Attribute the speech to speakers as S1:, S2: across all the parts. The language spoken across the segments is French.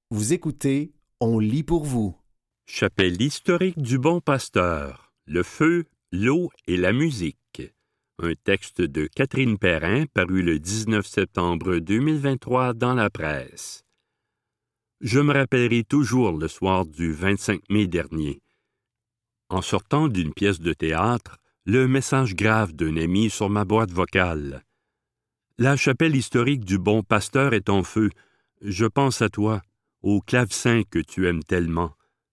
S1: Vous écoutez, on lit pour vous.
S2: Chapelle historique du Bon Pasteur, le feu, l'eau et la musique. Un texte de Catherine Perrin paru le 19 septembre 2023 dans la presse. Je me rappellerai toujours le soir du 25 mai dernier. En sortant d'une pièce de théâtre, le message grave d'un ami sur ma boîte vocale. La chapelle historique du Bon Pasteur est en feu. Je pense à toi, au clavecin que tu aimes tellement.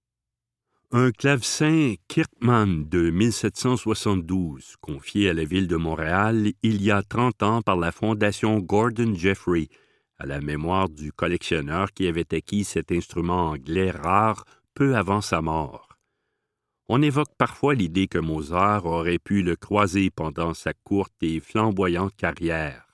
S2: Un clavecin Kirkman de 1772, confié à la ville de Montréal il y a 30 ans par la Fondation Gordon Jeffrey, à la mémoire du collectionneur qui avait acquis cet instrument anglais rare peu avant sa mort. On évoque parfois l'idée que Mozart aurait pu le croiser pendant sa courte et flamboyante carrière.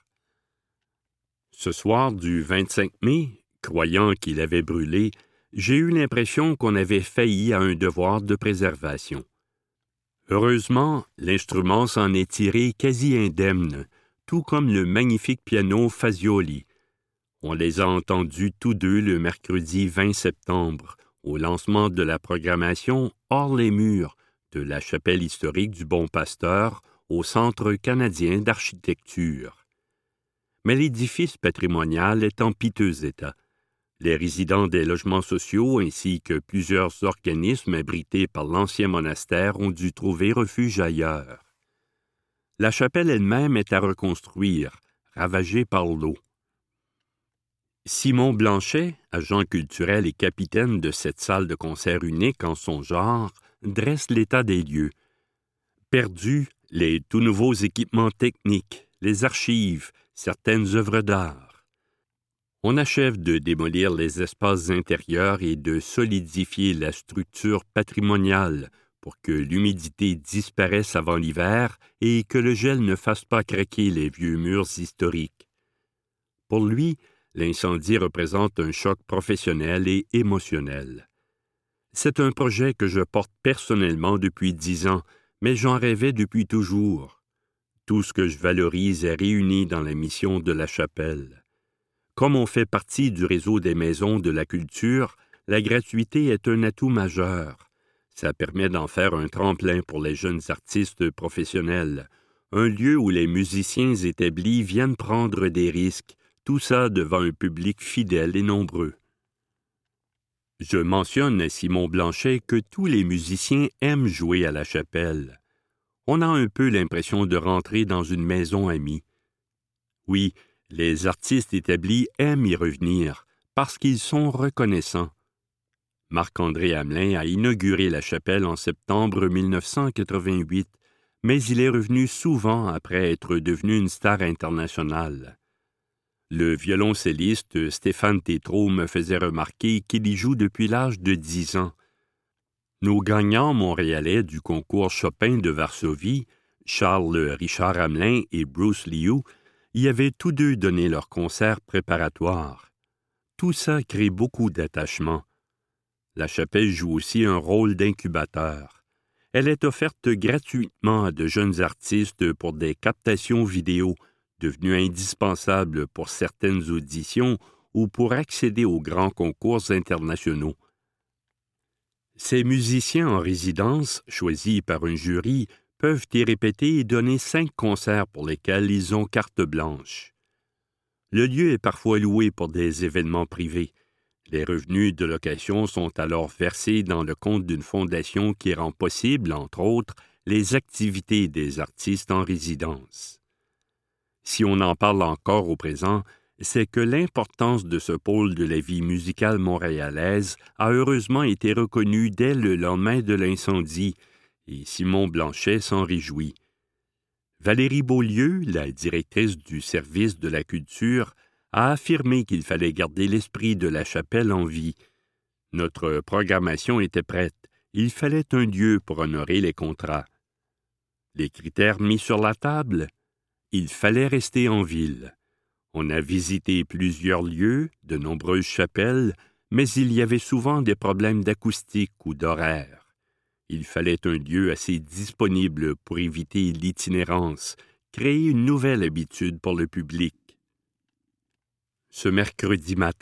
S2: Ce soir du 25 mai, croyant qu'il avait brûlé, j'ai eu l'impression qu'on avait failli à un devoir de préservation. Heureusement, l'instrument s'en est tiré quasi indemne, tout comme le magnifique piano Fazioli. On les a entendus tous deux le mercredi 20 septembre, au lancement de la programmation Hors les murs de la chapelle historique du Bon Pasteur au Centre canadien d'architecture. Mais l'édifice patrimonial est en piteux état. Les résidents des logements sociaux ainsi que plusieurs organismes abrités par l'ancien monastère ont dû trouver refuge ailleurs. La chapelle elle-même est à reconstruire, ravagée par l'eau. Simon Blanchet, agent culturel et capitaine de cette salle de concert unique en son genre, dresse l'état des lieux. Perdus, les tout nouveaux équipements techniques, les archives, certaines œuvres d'art. On achève de démolir les espaces intérieurs et de solidifier la structure patrimoniale pour que l'humidité disparaisse avant l'hiver et que le gel ne fasse pas craquer les vieux murs historiques. Pour lui, l'incendie représente un choc professionnel et émotionnel. C'est un projet que je porte personnellement depuis 10 ans, mais j'en rêvais depuis toujours. Tout ce que je valorise est réuni dans la mission de la chapelle. Comme on fait partie du réseau des maisons de la culture, la gratuité est un atout majeur. Ça permet d'en faire un tremplin pour les jeunes artistes professionnels, un lieu où les musiciens établis viennent prendre des risques, tout ça devant un public fidèle et nombreux. Je mentionne à Simon Blanchet que tous les musiciens aiment jouer à la chapelle. On a un peu l'impression de rentrer dans une maison amie. Oui, les artistes établis aiment y revenir parce qu'ils sont reconnaissants. Marc-André Hamelin a inauguré la chapelle en septembre 1988, mais il est revenu souvent après être devenu une star internationale. Le violoncelliste Stéphane Tétrault me faisait remarquer qu'il y joue depuis l'âge de 10 ans. Nos gagnants montréalais du concours Chopin de Varsovie, Charles Richard Hamelin et Bruce Liu, y avaient tous deux donné leur concert préparatoire. Tout ça crée beaucoup d'attachement. La chapelle joue aussi un rôle d'incubateur. Elle est offerte gratuitement à de jeunes artistes pour des captations vidéo, devenues indispensables pour certaines auditions ou pour accéder aux grands concours internationaux. Ces musiciens en résidence, choisis par un jury, peuvent y répéter et donner 5 concerts pour lesquels ils ont carte blanche. Le lieu est parfois loué pour des événements privés. Les revenus de location sont alors versés dans le compte d'une fondation qui rend possible, entre autres, les activités des artistes en résidence. Si on en parle encore au présent, c'est que l'importance de ce pôle de la vie musicale montréalaise a heureusement été reconnue dès le lendemain de l'incendie, et Simon Blanchet s'en réjouit. Valérie Beaulieu, la directrice du service de la culture, a affirmé qu'il fallait garder l'esprit de la chapelle en vie. Notre programmation était prête. Il fallait un lieu pour honorer les contrats. Les critères mis sur la table? Il fallait rester en ville. On a visité plusieurs lieux, de nombreuses chapelles, mais il y avait souvent des problèmes d'acoustique ou d'horaire. Il fallait un lieu assez disponible pour éviter l'itinérance, créer une nouvelle habitude pour le public. Ce mercredi matin,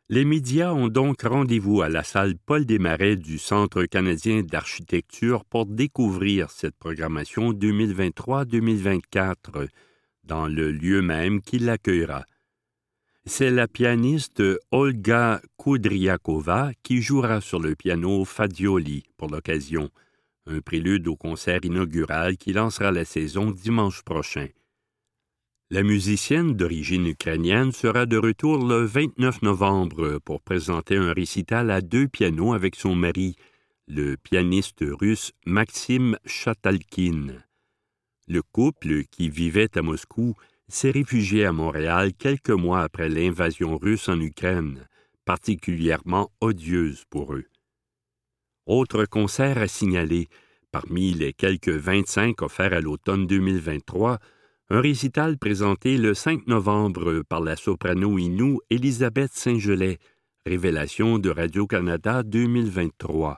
S2: Les médias ont donc rendez-vous à la salle Paul Desmarais du Centre canadien d'architecture pour découvrir cette programmation 2023-2024 dans le lieu même qui l'accueillera. C'est la pianiste Olga Kudryakova qui jouera sur le piano Fagioli pour l'occasion, un prélude au concert inaugural qui lancera la saison dimanche prochain. La musicienne d'origine ukrainienne sera de retour le 29 novembre pour présenter un récital à 2 pianos avec son mari, le pianiste russe Maxime Chatalkin. Le couple, qui vivait à Moscou, s'est réfugié à Montréal quelques mois après l'invasion russe en Ukraine, particulièrement odieuse pour eux. Autre concert à signaler, parmi les quelques 25 offerts à l'automne 2023, un récital présenté le 5 novembre par la soprano Inou Élisabeth Saint-Gelais, révélation de Radio-Canada 2023.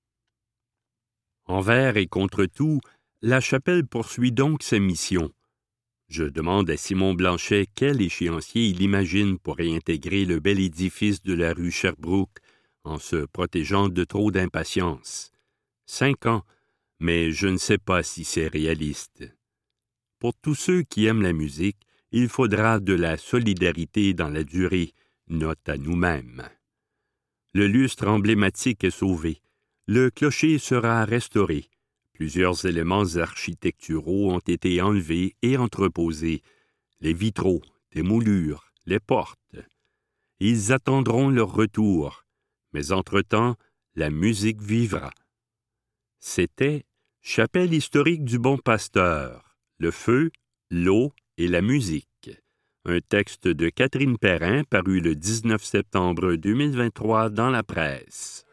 S2: Envers et contre tout, la chapelle poursuit donc sa mission. Je demande à Simon Blanchet quel échéancier il imagine pour réintégrer le bel édifice de la rue Sherbrooke en se protégeant de trop d'impatience. 5 ans, mais je ne sais pas si c'est réaliste. Pour tous ceux qui aiment la musique, il faudra de la solidarité dans la durée, note à nous-mêmes. Le lustre emblématique est sauvé. Le clocher sera restauré. Plusieurs éléments architecturaux ont été enlevés et entreposés. Les vitraux, les moulures, les portes. Ils attendront leur retour. Mais entre-temps, la musique vivra. C'était Chapelle historique du Bon Pasteur. Le feu, l'eau et la musique. Un texte de Catherine Perrin paru le 19 septembre 2023 dans la presse.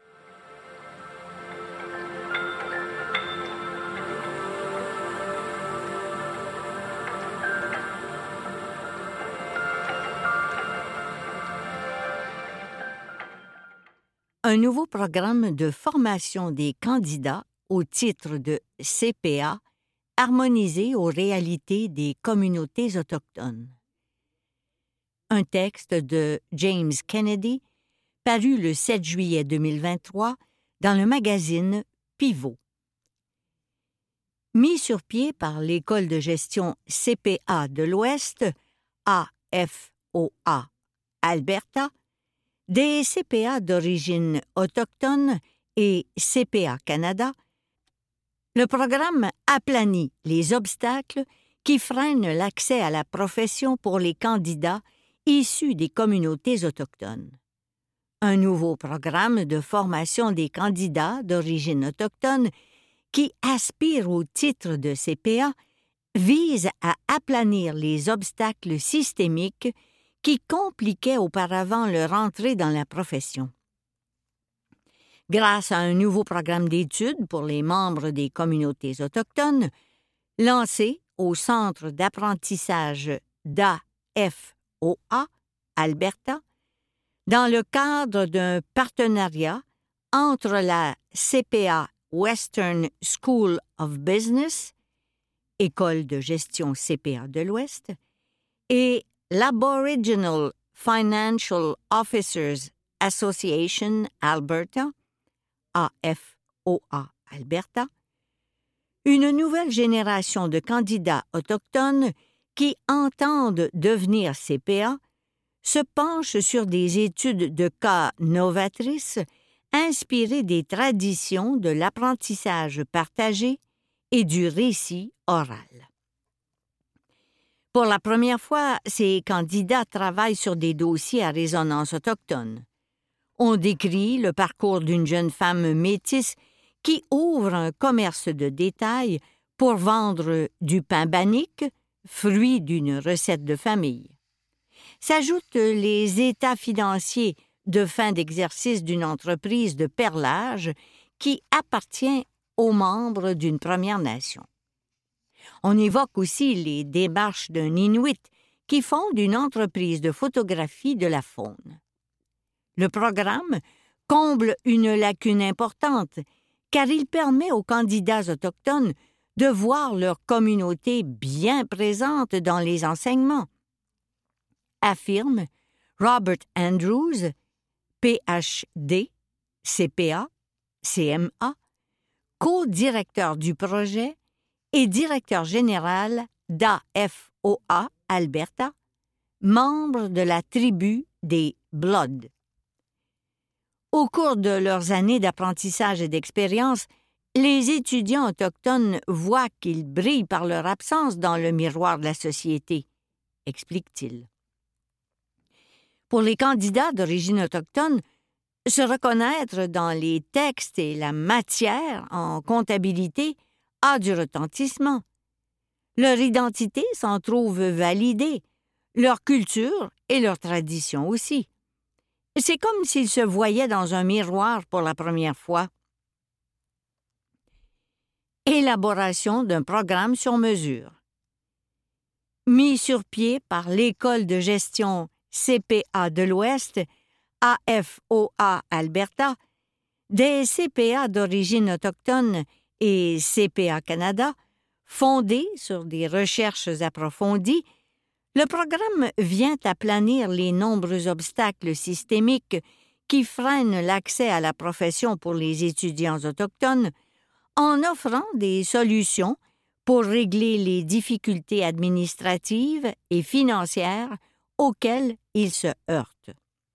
S3: Un nouveau programme de formation des candidats au titre de CPA harmonisé aux réalités des communautés autochtones. Un texte de James Kennedy, paru le 7 juillet 2023 dans le magazine Pivot. Mis sur pied par l'École de gestion CPA de l'Ouest, AFOA Alberta, des CPA d'origine autochtone et CPA Canada, le programme aplanit les obstacles qui freinent l'accès à la profession pour les candidats issus des communautés autochtones. Un nouveau programme de formation des candidats d'origine autochtone qui aspirent au titre de CPA vise à aplanir les obstacles systémiques qui compliquaient auparavant leur entrée dans la profession. Grâce à un nouveau programme d'études pour les membres des communautés autochtones, lancé au Centre d'apprentissage d'AFOA, Alberta, dans le cadre d'un partenariat entre la CPA Western School of Business, École de gestion CPA de l'Ouest, et l'Aboriginal Financial Officers Association Alberta, AFOA Alberta, une nouvelle génération de candidats autochtones qui entendent devenir CPA se penche sur des études de cas novatrices inspirées des traditions de l'apprentissage partagé et du récit oral. Pour la première fois, ces candidats travaillent sur des dossiers à résonance autochtone. On décrit le parcours d'une jeune femme métisse qui ouvre un commerce de détail pour vendre du pain bannique, fruit d'une recette de famille. S'ajoutent les états financiers de fin d'exercice d'une entreprise de perlage qui appartient aux membres d'une Première Nation. On évoque aussi les démarches d'un Inuit qui fonde une entreprise de photographie de la faune. Le programme comble une lacune importante car il permet aux candidats autochtones de voir leur communauté bien présente dans les enseignements, affirme Robert Andrews, PhD, CPA, CMA, co-directeur du projet et directeur général d'AFOA Alberta, membre de la tribu des Bloods. Au cours de leurs années d'apprentissage et d'expérience, les étudiants autochtones voient qu'ils brillent par leur absence dans le miroir de la société, explique-t-il. Pour les candidats d'origine autochtone, se reconnaître dans les textes et la matière en comptabilité a du retentissement. Leur identité s'en trouve validée, leur culture et leur tradition aussi. C'est comme s'ils se voyaient dans un miroir pour la première fois. Élaboration d'un programme sur mesure. Mis sur pied par l'École de gestion CPA de l'Ouest, AFOA Alberta, des CPA d'origine autochtone et CPA Canada, fondés sur des recherches approfondies, le programme vient aplanir les nombreux obstacles systémiques qui freinent l'accès à la profession pour les étudiants autochtones en offrant des solutions pour régler les difficultés administratives et financières auxquelles ils se heurtent.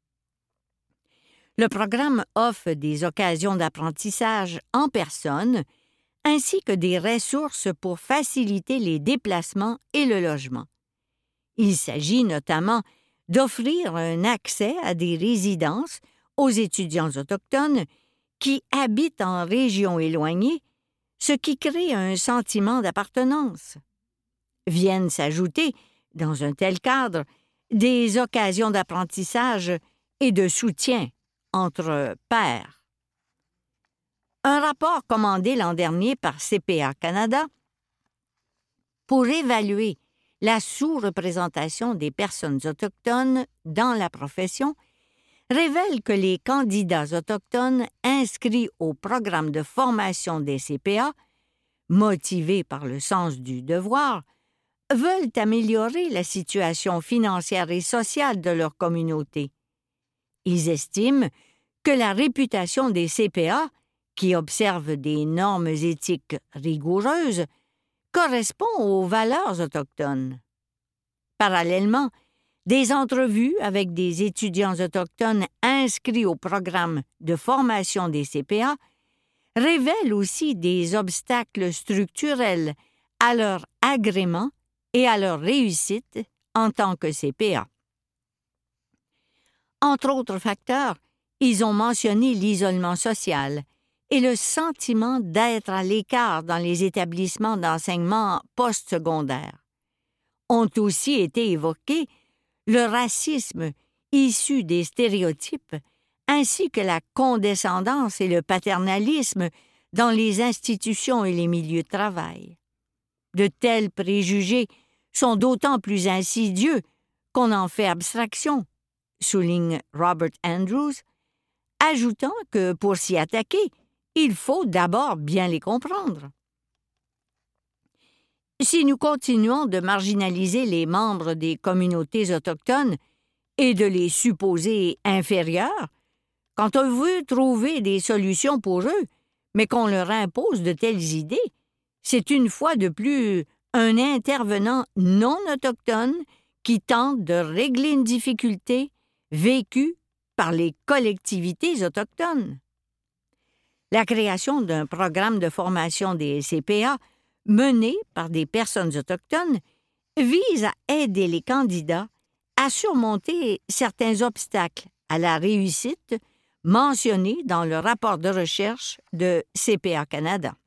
S3: Le programme offre des occasions d'apprentissage en personne ainsi que des ressources pour faciliter les déplacements et le logement. Il s'agit notamment d'offrir un accès à des résidences aux étudiants autochtones qui habitent en régions éloignées, ce qui crée un sentiment d'appartenance. Viennent s'ajouter, dans un tel cadre, des occasions d'apprentissage et de soutien entre pairs. Un rapport commandé l'an dernier par CPA Canada pour évaluer la sous-représentation des personnes autochtones dans la profession révèle que les candidats autochtones inscrits au programme de formation des CPA, motivés par le sens du devoir, veulent améliorer la situation financière et sociale de leur communauté. Ils estiment que la réputation des CPA, qui observent des normes éthiques rigoureuses, correspond aux valeurs autochtones. Parallèlement, des entrevues avec des étudiants autochtones inscrits au programme de formation des CPA révèlent aussi des obstacles structurels à leur agrément et à leur réussite en tant que CPA. Entre autres facteurs, ils ont mentionné l'isolement social et le sentiment d'être à l'écart dans les établissements d'enseignement postsecondaire. Ont aussi été évoqués le racisme issu des stéréotypes ainsi que la condescendance et le paternalisme dans les institutions et les milieux de travail. De tels préjugés sont d'autant plus insidieux qu'on en fait abstraction, souligne Robert Andrews, ajoutant que pour s'y attaquer, il faut d'abord bien les comprendre. Si nous continuons de marginaliser les membres des communautés autochtones et de les supposer inférieurs, quand on veut trouver des solutions pour eux, mais qu'on leur impose de telles idées, c'est une fois de plus un intervenant non autochtone qui tente de régler une difficulté vécue par les collectivités autochtones. La création d'un programme de formation des CPA mené par des personnes autochtones vise à aider les candidats à surmonter certains obstacles à la réussite mentionnés dans le rapport de recherche de CPA Canada.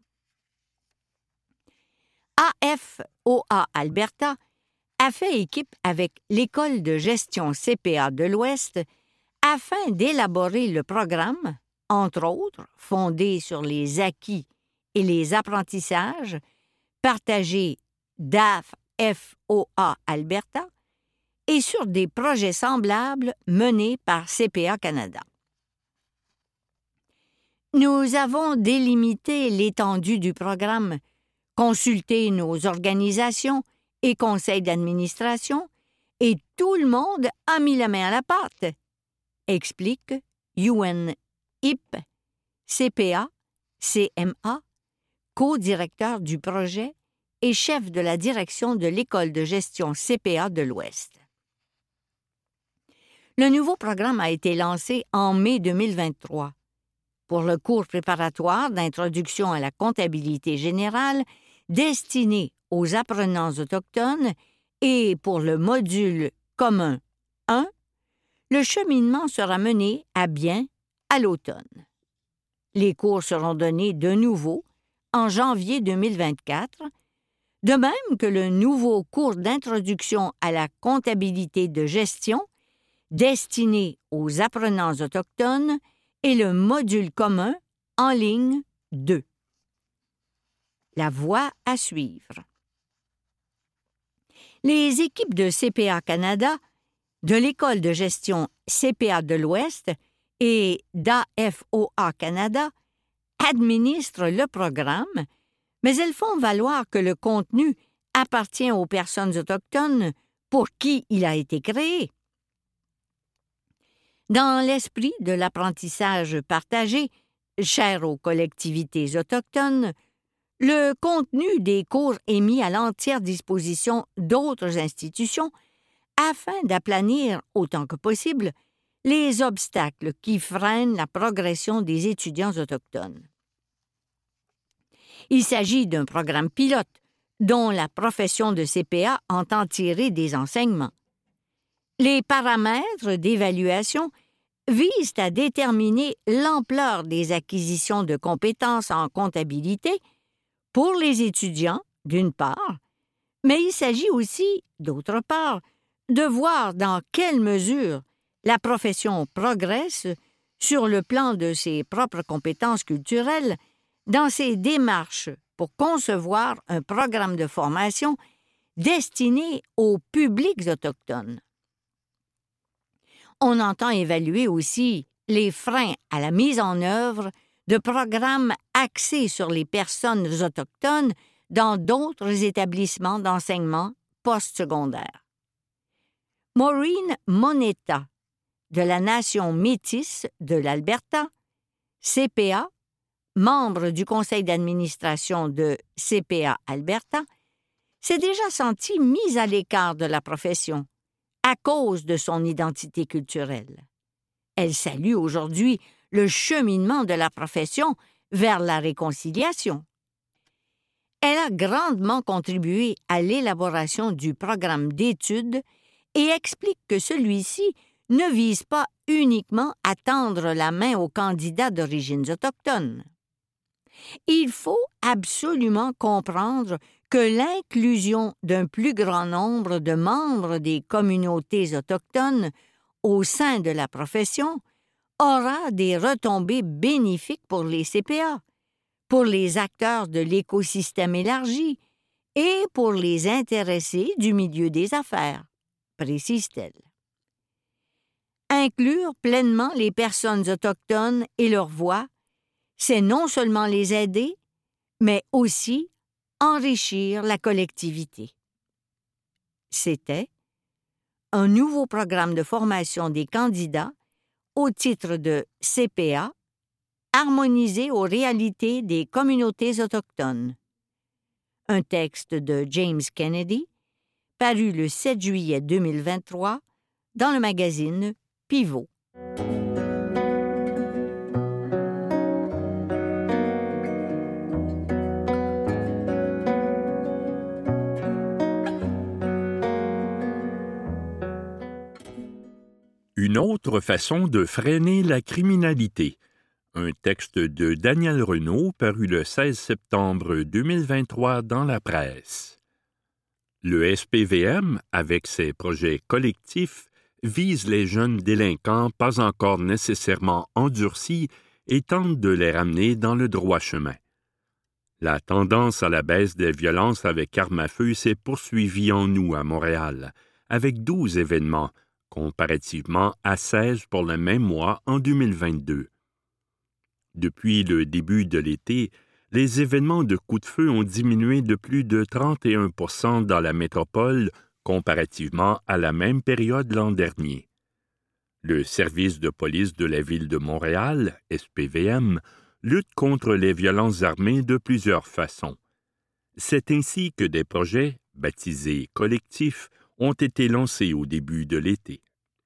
S3: AFOA Alberta a fait équipe avec l'École de gestion CPA de l'Ouest afin d'élaborer le programme, entre autres fondé sur les acquis et les apprentissages partagés d'AFOA Alberta et sur des projets semblables menés par CPA Canada. Nous avons délimité l'étendue du programme, consulté nos organisations et conseils d'administration, et tout le monde a mis la main à la pâte, explique UNIP, CPA, CMA, co-directeur du projet et chef de la direction de l'École de gestion CPA de l'Ouest. Le nouveau programme a été lancé en mai 2023. Pour le cours préparatoire d'introduction à la comptabilité générale destiné aux apprenants autochtones et pour le module commun 1, le cheminement sera mené à bien à l'automne. Les cours seront donnés de nouveau en janvier 2024, de même que le nouveau cours d'introduction à la comptabilité de gestion destiné aux apprenants autochtones et le module commun en ligne 2. La voie à suivre. Les équipes de CPA Canada, de l'École de gestion CPA de l'Ouest et d'AFOA Canada administrent le programme, mais elles font valoir que le contenu appartient aux personnes autochtones pour qui il a été créé. Dans l'esprit de l'apprentissage partagé, cher aux collectivités autochtones, le contenu des cours est mis à l'entière disposition d'autres institutions afin d'aplanir autant que possible les obstacles qui freinent la progression des étudiants autochtones. Il s'agit d'un programme pilote dont la profession de CPA entend tirer des enseignements. Les paramètres d'évaluation visent à déterminer l'ampleur des acquisitions de compétences en comptabilité pour les étudiants, d'une part, mais il s'agit aussi, d'autre part, de voir dans quelle mesure la profession progresse sur le plan de ses propres compétences culturelles dans ses démarches pour concevoir un programme de formation destiné aux publics autochtones. On entend évaluer aussi les freins à la mise en œuvre de programmes axés sur les personnes autochtones dans d'autres établissements d'enseignement postsecondaire. Maureen Moneta, de la nation métisse de l'Alberta, CPA, membre du conseil d'administration de CPA Alberta, s'est déjà sentie mise à l'écart de la profession à cause de son identité culturelle. Elle salue aujourd'hui le cheminement de la profession vers la réconciliation. Elle a grandement contribué à l'élaboration du programme d'études et explique que celui-ci ne vise pas uniquement à tendre la main aux candidats d'origines autochtones. Il faut absolument comprendre que l'inclusion d'un plus grand nombre de membres des communautés autochtones au sein de la profession aura des retombées bénéfiques pour les CPA, pour les acteurs de l'écosystème élargi et pour les intéressés du milieu des affaires, précise-t-elle. Inclure pleinement les personnes autochtones et leur voix, c'est non seulement les aider, mais aussi enrichir la collectivité. C'était un nouveau programme de formation des candidats au titre de CPA, harmonisé aux réalités des communautés autochtones. Un texte de James Kennedy, paru le 7 juillet 2023 dans le magazine Pivot.
S2: Une autre façon de freiner la criminalité. Un texte de Daniel Renaud paru le 16 septembre 2023 dans la presse. Le SPVM, avec ses projets collectifs, vise les jeunes délinquants pas encore nécessairement endurcis et tente de les ramener dans le droit chemin. La tendance à la baisse des violences avec armes à feu s'est poursuivie en août à Montréal, avec 12 événements, comparativement à 16 pour le même mois en 2022. Depuis le début de l'été, les événements de coups de feu ont diminué de plus de 31% dans la métropole comparativement à la même période l'an dernier. Le service de police de la Ville de Montréal, SPVM, lutte contre les violences armées de plusieurs façons. C'est ainsi que des projets, baptisés collectifs, ont été lancés au début de l'été.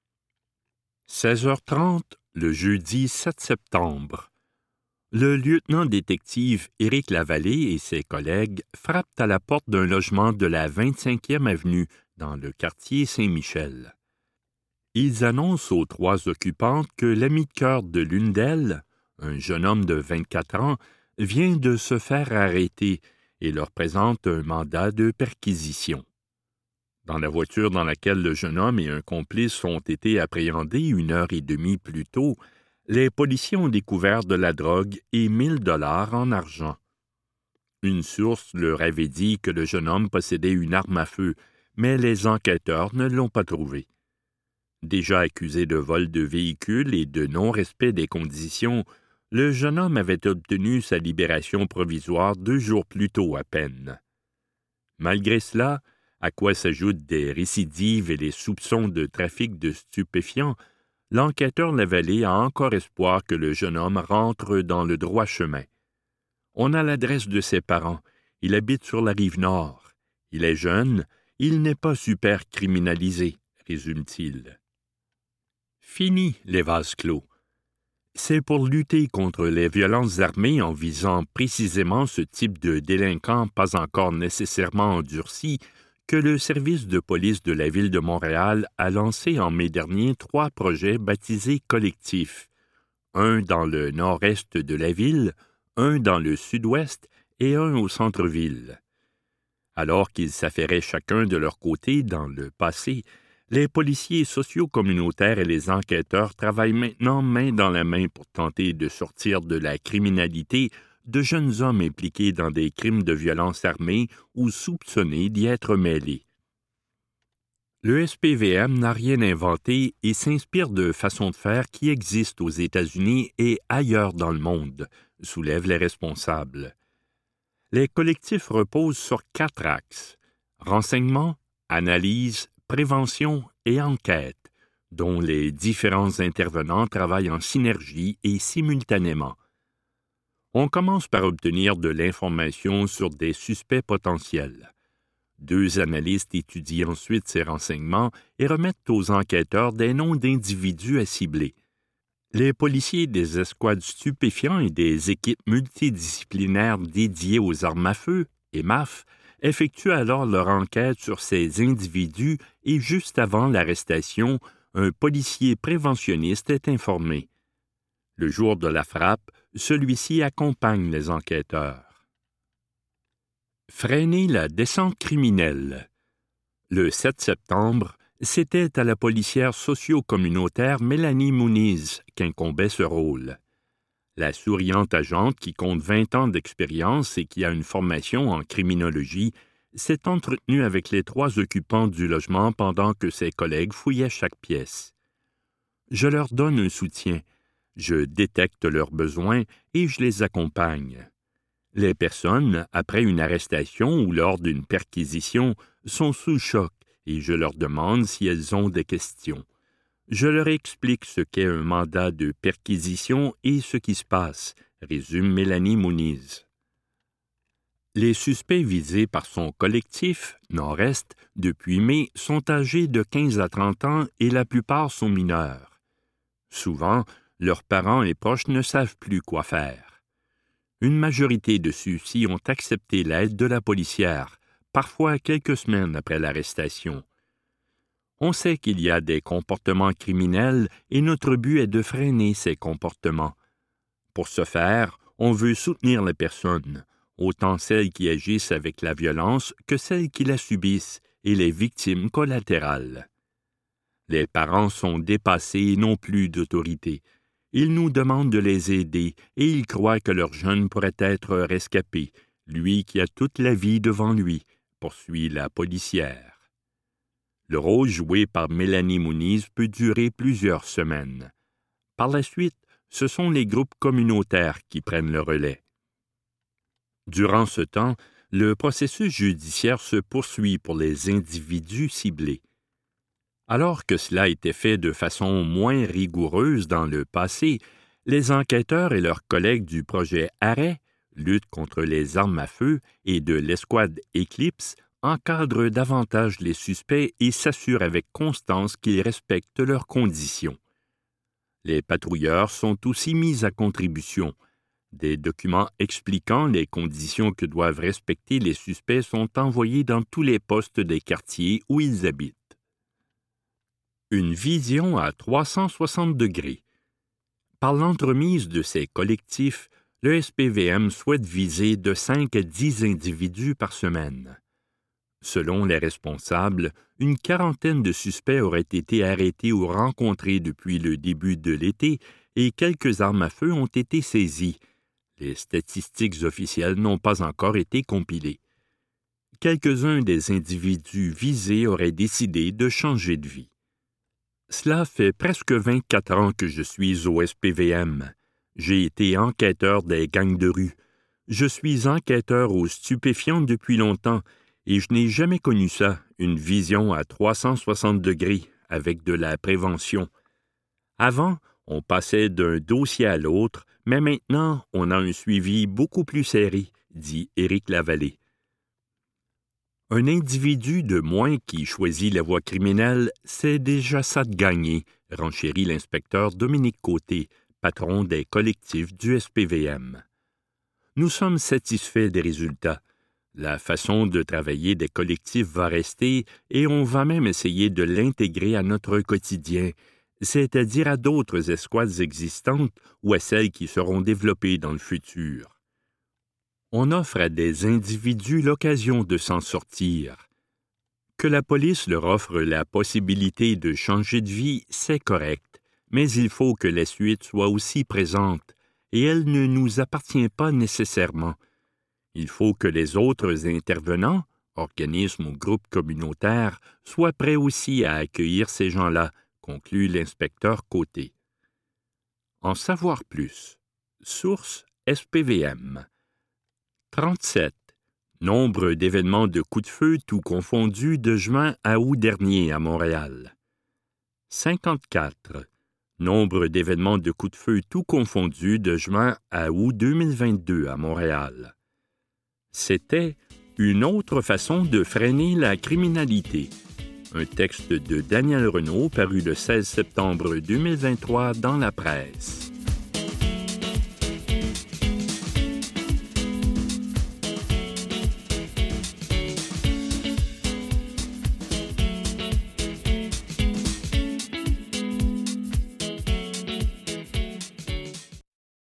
S2: 16h30, le jeudi 7 septembre. Le lieutenant-détective Éric Lavallée et ses collègues frappent à la porte d'un logement de la 25e avenue dans le quartier Saint-Michel. Ils annoncent aux 3 occupantes que l'ami de cœur de l'une d'elles, un jeune homme de 24 ans, vient de se faire arrêter et leur présente un mandat de perquisition. Dans la voiture dans laquelle le jeune homme et un complice ont été appréhendés 1h30 plus tôt, les policiers ont découvert de la drogue et 1 000 $ en argent. Une source leur avait dit que le jeune homme possédait une arme à feu, mais les enquêteurs ne l'ont pas trouvé. Déjà accusé de vol de véhicule et de non-respect des conditions, le jeune homme avait obtenu sa libération provisoire 2 jours plus tôt à peine. Malgré cela, à quoi s'ajoutent des récidives et les soupçons de trafic de stupéfiants, l'enquêteur Lavallée a encore espoir que le jeune homme rentre dans le droit chemin. On a l'adresse de ses parents. Il habite sur la Rive-Nord. Il est jeune. Il n'est pas super criminalisé, résume-t-il. Fini les vases clos. C'est pour lutter contre les violences armées en visant précisément ce type de délinquants pas encore nécessairement endurcis que le service de police de la Ville de Montréal a lancé en mai dernier 3 projets baptisés collectifs. Un dans le nord-est de la ville, un dans le sud-ouest et un au centre-ville. Alors qu'ils s'affairaient chacun de leur côté dans le passé, les policiers socio-communautaires et les enquêteurs travaillent maintenant main dans la main pour tenter de sortir de la criminalité de jeunes hommes impliqués dans des crimes de violence armée ou soupçonnés d'y être mêlés. Le SPVM n'a rien inventé et s'inspire de façons de faire qui existent aux États-Unis et ailleurs dans le monde, soulèvent les responsables. Les collectifs reposent sur 4 axes: renseignement, analyse, prévention et enquête, dont les différents intervenants travaillent en synergie et simultanément. On commence par obtenir de l'information sur des suspects potentiels. 2 analystes étudient ensuite ces renseignements et remettent aux enquêteurs des noms d'individus à cibler. Les policiers des escouades stupéfiants et des équipes multidisciplinaires dédiées aux armes à feu, EMAF, effectuent alors leur enquête sur ces individus et juste avant l'arrestation, un policier préventionniste est informé. Le jour de la frappe, celui-ci accompagne les enquêteurs. Freiner la descente criminelle. Le 7 septembre, c'était à la policière socio-communautaire Mélanie Muniz qu'incombait ce rôle. La souriante agente qui compte 20 ans d'expérience et qui a une formation en criminologie s'est entretenue avec les 3 occupants du logement pendant que ses collègues fouillaient chaque pièce. Je leur donne un soutien. Je détecte leurs besoins et je les accompagne. Les personnes, après une arrestation ou lors d'une perquisition, sont sous choc et je leur demande si elles ont des questions. Je leur explique ce qu'est un mandat de perquisition et ce qui se passe, résume Mélanie Muniz. Les suspects visés par son collectif, Nord-Est, depuis mai, sont âgés de 15 à 30 ans et la plupart sont mineurs. Souvent, leurs parents et proches ne savent plus quoi faire. Une majorité de ceux-ci ont accepté l'aide de la policière, parfois quelques semaines après l'arrestation. On sait qu'il y a des comportements criminels et notre but est de freiner ces comportements. Pour ce faire, on veut soutenir les personnes, autant celles qui agissent avec la violence que celles qui la subissent et les victimes collatérales. Les parents sont dépassés et n'ont plus d'autorité. Ils nous demandent de les aider et ils croient que leur jeune pourrait être rescapé, lui qui a toute la vie devant lui, poursuit la policière. Le rôle joué par Mélanie Muniz peut durer plusieurs semaines. Par la suite, ce sont les groupes communautaires qui prennent le relais. Durant ce temps, le processus judiciaire se poursuit pour les individus ciblés. Alors que cela était fait de façon moins rigoureuse dans le passé, les enquêteurs et leurs collègues du projet Arrêt, lutte contre les armes à feu, et de l'escouade Eclipse encadrent davantage les suspects et s'assurent avec constance qu'ils respectent leurs conditions. Les patrouilleurs sont aussi mis à contribution. Des documents expliquant les conditions que doivent respecter les suspects sont envoyés dans tous les postes des quartiers où ils habitent. Une vision à 360 degrés. Par l'entremise de ces collectifs, le SPVM souhaite viser de 5 à 10 individus par semaine. Selon les responsables, une quarantaine de suspects auraient été arrêtés ou rencontrés depuis le début de l'été et quelques armes à feu ont été saisies. Les statistiques officielles n'ont pas encore été compilées. Quelques-uns des individus visés auraient décidé de changer de vie. Cela fait presque 24 ans que je suis au SPVM. J'ai été enquêteur des gangs de rue. Je suis enquêteur aux stupéfiants depuis longtemps et je n'ai jamais connu ça, une vision à 360 degrés avec de la prévention. Avant, on passait d'un dossier à l'autre, mais maintenant, on a un suivi beaucoup plus serré, dit Éric Lavallée. Un individu de moins qui choisit la voie criminelle, c'est déjà ça de gagner, renchérit l'inspecteur Dominique Côté, patron des collectifs du SPVM. Nous sommes satisfaits des résultats. La façon de travailler des collectifs va rester et on va même essayer de l'intégrer à notre quotidien, c'est-à-dire à d'autres escouades existantes ou à celles qui seront développées dans le futur. On offre à des individus l'occasion de s'en sortir. Que la police leur offre la possibilité de changer de vie, c'est correct, mais il faut que la suite soit aussi présente, et elle ne nous appartient pas nécessairement. Il faut que les autres intervenants, organismes ou groupes communautaires, soient prêts aussi à accueillir ces gens-là, conclut l'inspecteur Côté. En savoir plus. Source SPVM. 37. Nombre d'événements de coups de feu tout confondus de juin à août dernier à Montréal. 54. Nombre d'événements de coups de feu tout confondus de juin à août 2022 à Montréal. C'était une autre façon de freiner la criminalité. Un texte de Daniel Renaud paru le 16 septembre 2023 dans la presse.